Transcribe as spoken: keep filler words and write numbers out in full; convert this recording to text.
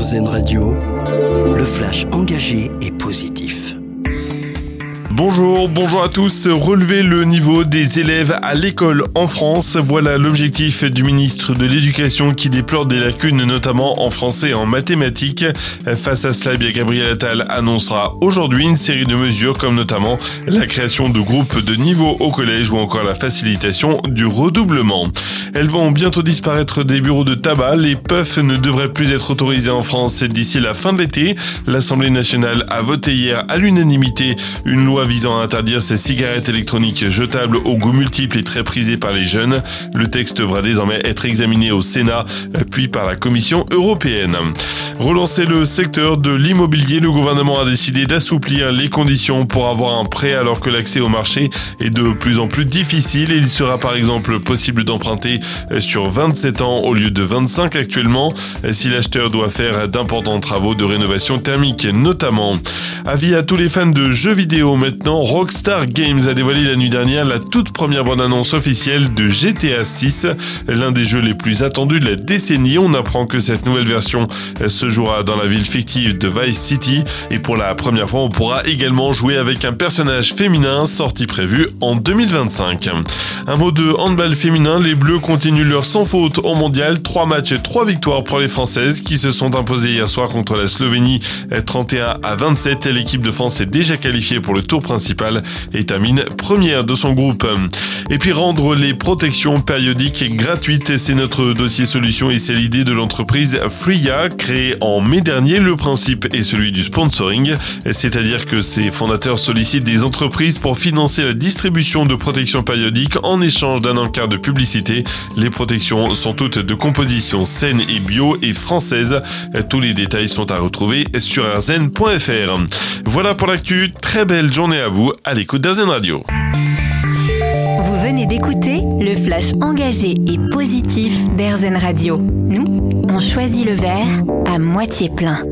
Erzen Radio, le flash engagé et positif. Bonjour, bonjour à tous. Relever le niveau des élèves à l'école en France, voilà l'objectif du ministre de l'Éducation qui déplore des lacunes notamment en français et en mathématiques. Face à cela, bien Gabriel Attal annoncera aujourd'hui une série de mesures comme notamment la création de groupes de niveau au collège ou encore la facilitation du redoublement. Elles vont bientôt disparaître des bureaux de tabac. Les puffs ne devraient plus être autorisés en France d'ici la fin de l'été. L'Assemblée nationale a voté hier à l'unanimité une loi visant à interdire ces cigarettes électroniques jetables aux goûts multiples et très prisées par les jeunes. Le texte devra désormais être examiné au Sénat, puis par la Commission européenne. Relancer le secteur de l'immobilier, le gouvernement a décidé d'assouplir les conditions pour avoir un prêt alors que l'accès au marché est de plus en plus difficile. Il sera par exemple possible d'emprunter sur vingt-sept ans au lieu de vingt-cinq actuellement, si l'acheteur doit faire d'importants travaux de rénovation thermique notamment. Avis à tous les fans de jeux vidéo maintenant, Rockstar Games a dévoilé la nuit dernière la toute première bande-annonce officielle de G T A six, l'un des jeux les plus attendus de la décennie. On apprend que cette nouvelle version se jouera dans la ville fictive de Vice City et pour la première fois on pourra également jouer avec un personnage féminin, sortie prévue en deux mille vingt-cinq. Un mot de handball féminin, les Bleus continuent leur sans faute au mondial, trois matchs et trois victoires pour les Françaises qui se sont imposées hier soir contre la Slovénie trente et un à vingt-sept. L'équipe de France est déjà qualifiée pour le tour principal et termine première de son groupe. Et puis rendre les protections périodiques gratuites, c'est notre dossier solution et c'est l'idée de l'entreprise Freya, créée en mai dernier. Le principe est celui du sponsoring, c'est-à-dire que ses fondateurs sollicitent des entreprises pour financer la distribution de protections périodiques en échange d'un encart de publicité. Les protections sont toutes de composition saine et bio et française. Tous les détails sont à retrouver sur erzen point f r. Voilà pour l'actu, très belle journée à vous à l'écoute d'Erzen Radio. Vous venez d'écouter le flash engagé et positif d'Erzen Radio. Nous, on choisit le verre à moitié plein.